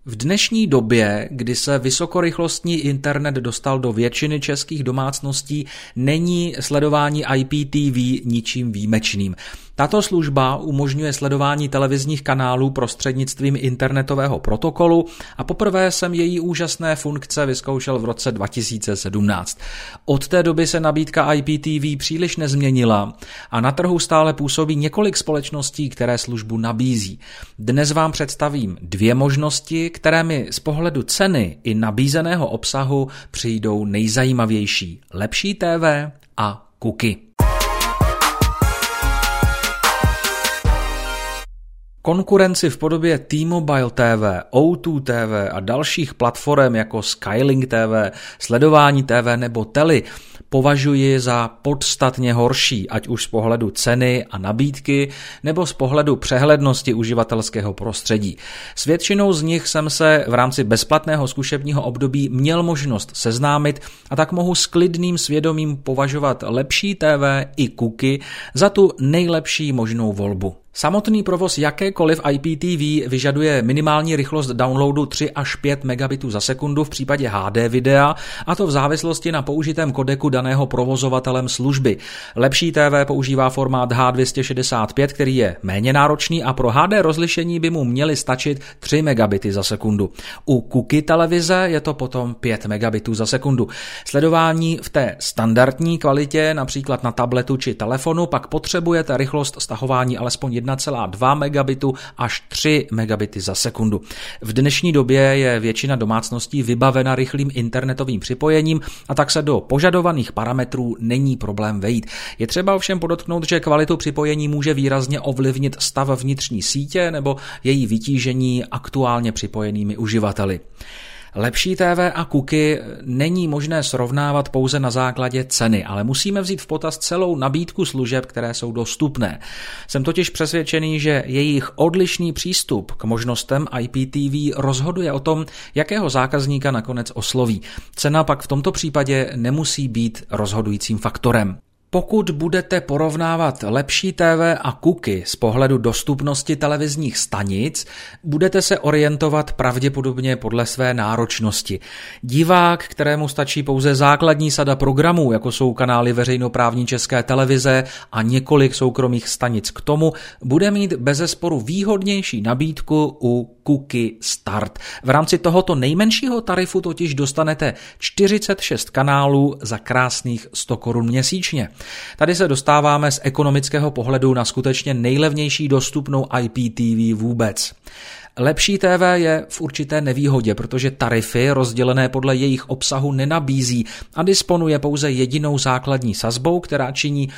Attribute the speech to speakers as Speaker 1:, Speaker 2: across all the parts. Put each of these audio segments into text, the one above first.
Speaker 1: V dnešní době, kdy se vysokorychlostní internet dostal do většiny českých domácností, není sledování IPTV ničím výjimečným. Tato služba umožňuje sledování televizních kanálů prostřednictvím internetového protokolu a poprvé jsem její úžasné funkce vyzkoušel v roce 2017. Od té doby se nabídka IPTV příliš nezměnila a na trhu stále působí několik společností, které službu nabízí. Dnes vám představím dvě možnosti, které mi z pohledu ceny i nabízeného obsahu přijdou nejzajímavější. Lepší TV a cookie. Konkurenci v podobě T-Mobile TV, O2 TV a dalších platform jako Skylink TV, Sledování TV nebo Tely považuji za podstatně horší, ať už z pohledu ceny a nabídky, nebo z pohledu přehlednosti uživatelského prostředí. S většinou z nich jsem se v rámci bezplatného zkušebního období měl možnost seznámit a tak mohu s klidným svědomím považovat lepší TV i cookie za tu nejlepší možnou volbu. Samotný provoz jakékoliv IPTV vyžaduje minimální rychlost downloadu 3 až 5 megabitů za sekundu v případě HD videa, a to v závislosti na použitém kodeku daného provozovatelem služby. Lepší TV používá formát H265, který je méně náročný a pro HD rozlišení by mu měly stačit 3 megabity za sekundu. U cookie televize je to potom 5 megabitů za sekundu. Sledování v té standardní kvalitě, například na tabletu či telefonu, pak potřebujete rychlost stahování alespoň 1,2 megabitu až 3 megabity za sekundu. V dnešní době je většina domácností vybavena rychlým internetovým připojením a tak se do požadovaných parametrů není problém vejít. Je třeba ovšem podotknout, že kvalitu připojení může výrazně ovlivnit stav vnitřní sítě nebo její vytížení aktuálně připojenými uživateli. Lepší TV a cookie není možné srovnávat pouze na základě ceny, ale musíme vzít v potaz celou nabídku služeb, které jsou dostupné. Jsem totiž přesvědčený, že jejich odlišný přístup k možnostem IPTV rozhoduje o tom, jakého zákazníka nakonec osloví. Cena pak v tomto případě nemusí být rozhodujícím faktorem. Pokud budete porovnávat lepší TV a cookie z pohledu dostupnosti televizních stanic, budete se orientovat pravděpodobně podle své náročnosti. Divák, kterému stačí pouze základní sada programů, jako jsou kanály veřejnoprávní České televize a několik soukromých stanic k tomu, bude mít bezesporu výhodnější nabídku u cookie Start. V rámci tohoto nejmenšího tarifu totiž dostanete 46 kanálů za krásných 100 korun měsíčně. Tady se dostáváme z ekonomického pohledu na skutečně nejlevnější dostupnou IPTV vůbec. Lepší TV je v určité nevýhodě, protože tarify rozdělené podle jejich obsahu nenabízí a disponuje pouze jedinou základní sazbou, která činí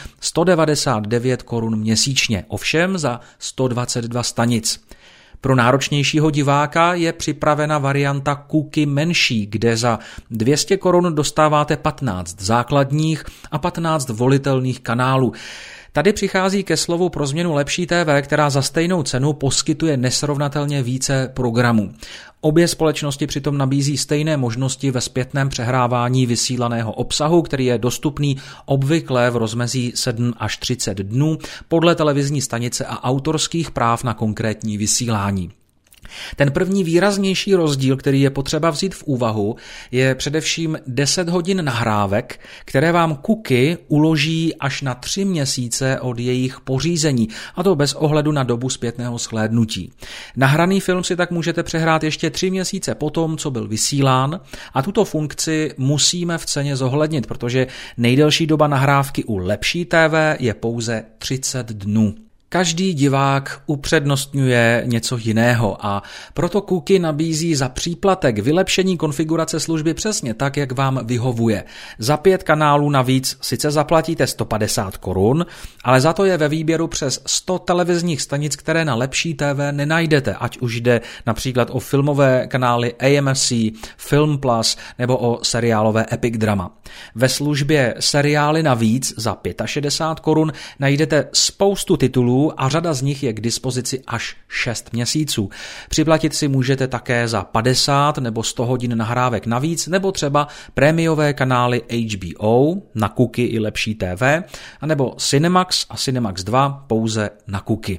Speaker 1: 199 korun měsíčně, ovšem za 122 stanic. Pro náročnějšího diváka je připravena varianta cookie menší, kde za 200 korun dostáváte 15 základních a 15 volitelných kanálů. Tady přichází ke slovu pro změnu lepší TV, která za stejnou cenu poskytuje nesrovnatelně více programů. Obě společnosti přitom nabízí stejné možnosti ve zpětném přehrávání vysílaného obsahu, který je dostupný obvykle v rozmezí 7 až 30 dnů podle televizní stanice a autorských práv na konkrétní vysílání. Ten první výraznější rozdíl, který je potřeba vzít v úvahu, je především 10 hodin nahrávek, které vám cookie uloží až na 3 měsíce od jejich pořízení, a to bez ohledu na dobu zpětného shlédnutí. Nahraný film si tak můžete přehrát ještě 3 měsíce potom, co byl vysílán, a tuto funkci musíme v ceně zohlednit, protože nejdelší doba nahrávky u lepší TV je pouze 30 dnů. Každý divák upřednostňuje něco jiného a proto cookie nabízí za příplatek vylepšení konfigurace služby přesně tak, jak vám vyhovuje. Za 5 kanálů navíc sice zaplatíte 150 korun, ale za to je ve výběru přes 100 televizních stanic, které na lepší TV nenajdete, ať už jde například o filmové kanály AMC, Film Plus nebo o seriálové Epic Drama. Ve službě seriály navíc za 65 korun najdete spoustu titulů a řada z nich je k dispozici až 6 měsíců. Připlatit si můžete také za 50 nebo 100 hodin nahrávek navíc, nebo třeba prémiové kanály HBO na cookie i lepší TV, anebo Cinemax a Cinemax 2 pouze na cookie.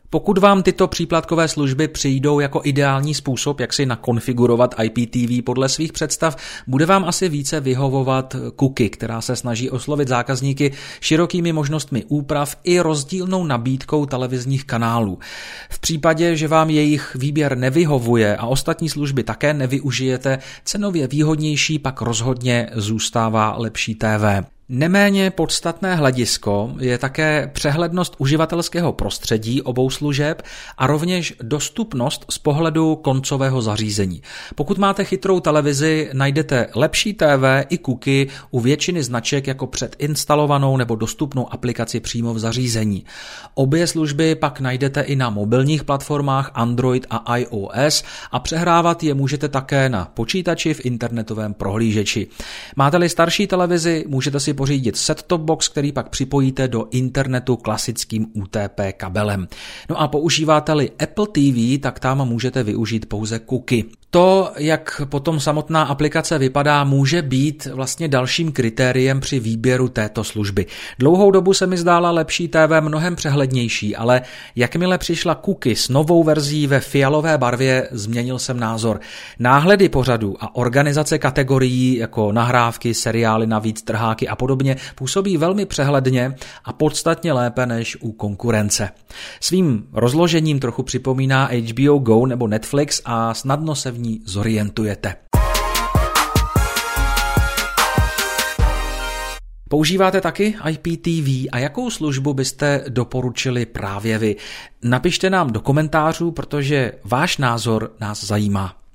Speaker 1: Pokud vám tyto příplatkové služby přijdou jako ideální způsob, jak si nakonfigurovat IPTV podle svých představ, bude vám asi více vyhovovat Kuky, která se snaží oslovit zákazníky širokými možnostmi úprav i rozdílnou nabídkou televizních kanálů. V případě, že vám jejich výběr nevyhovuje a ostatní služby také nevyužijete, cenově výhodnější pak rozhodně zůstává Lepší TV. Neméně podstatné hledisko je také přehlednost uživatelského prostředí obou služeb a rovněž dostupnost z pohledu koncového zařízení. Pokud máte chytrou televizi, najdete Lepší TV i Kuky u většiny značek jako předinstalovanou nebo dostupnou aplikaci přímo v zařízení. Obě služby pak najdete i na mobilních platformách Android a iOS a přehrávat je můžete také na počítači v internetovém prohlížeči. Máte-li starší televizi, můžete si pořídit set-top box, který pak připojíte do internetu klasickým UTP kabelem. No a používáte-li Apple TV, tak tam můžete využít pouze Kuky. To, jak potom samotná aplikace vypadá, může být vlastně dalším kritériem při výběru této služby. Dlouhou dobu se mi zdála Lepší TV mnohem přehlednější, ale jakmile přišla Kuky s novou verzí ve fialové barvě, změnil jsem názor. Náhledy pořadu a organizace kategorií jako nahrávky, seriály, navíc trháky a podobně působí velmi přehledně a podstatně lépe než u konkurence. Svým rozložením trochu připomíná HBO Go nebo Netflix a snadno se v ní zorientujete. Používáte taky IPTV a jakou službu byste doporučili právě vy? Napište nám do komentářů, protože váš názor nás zajímá.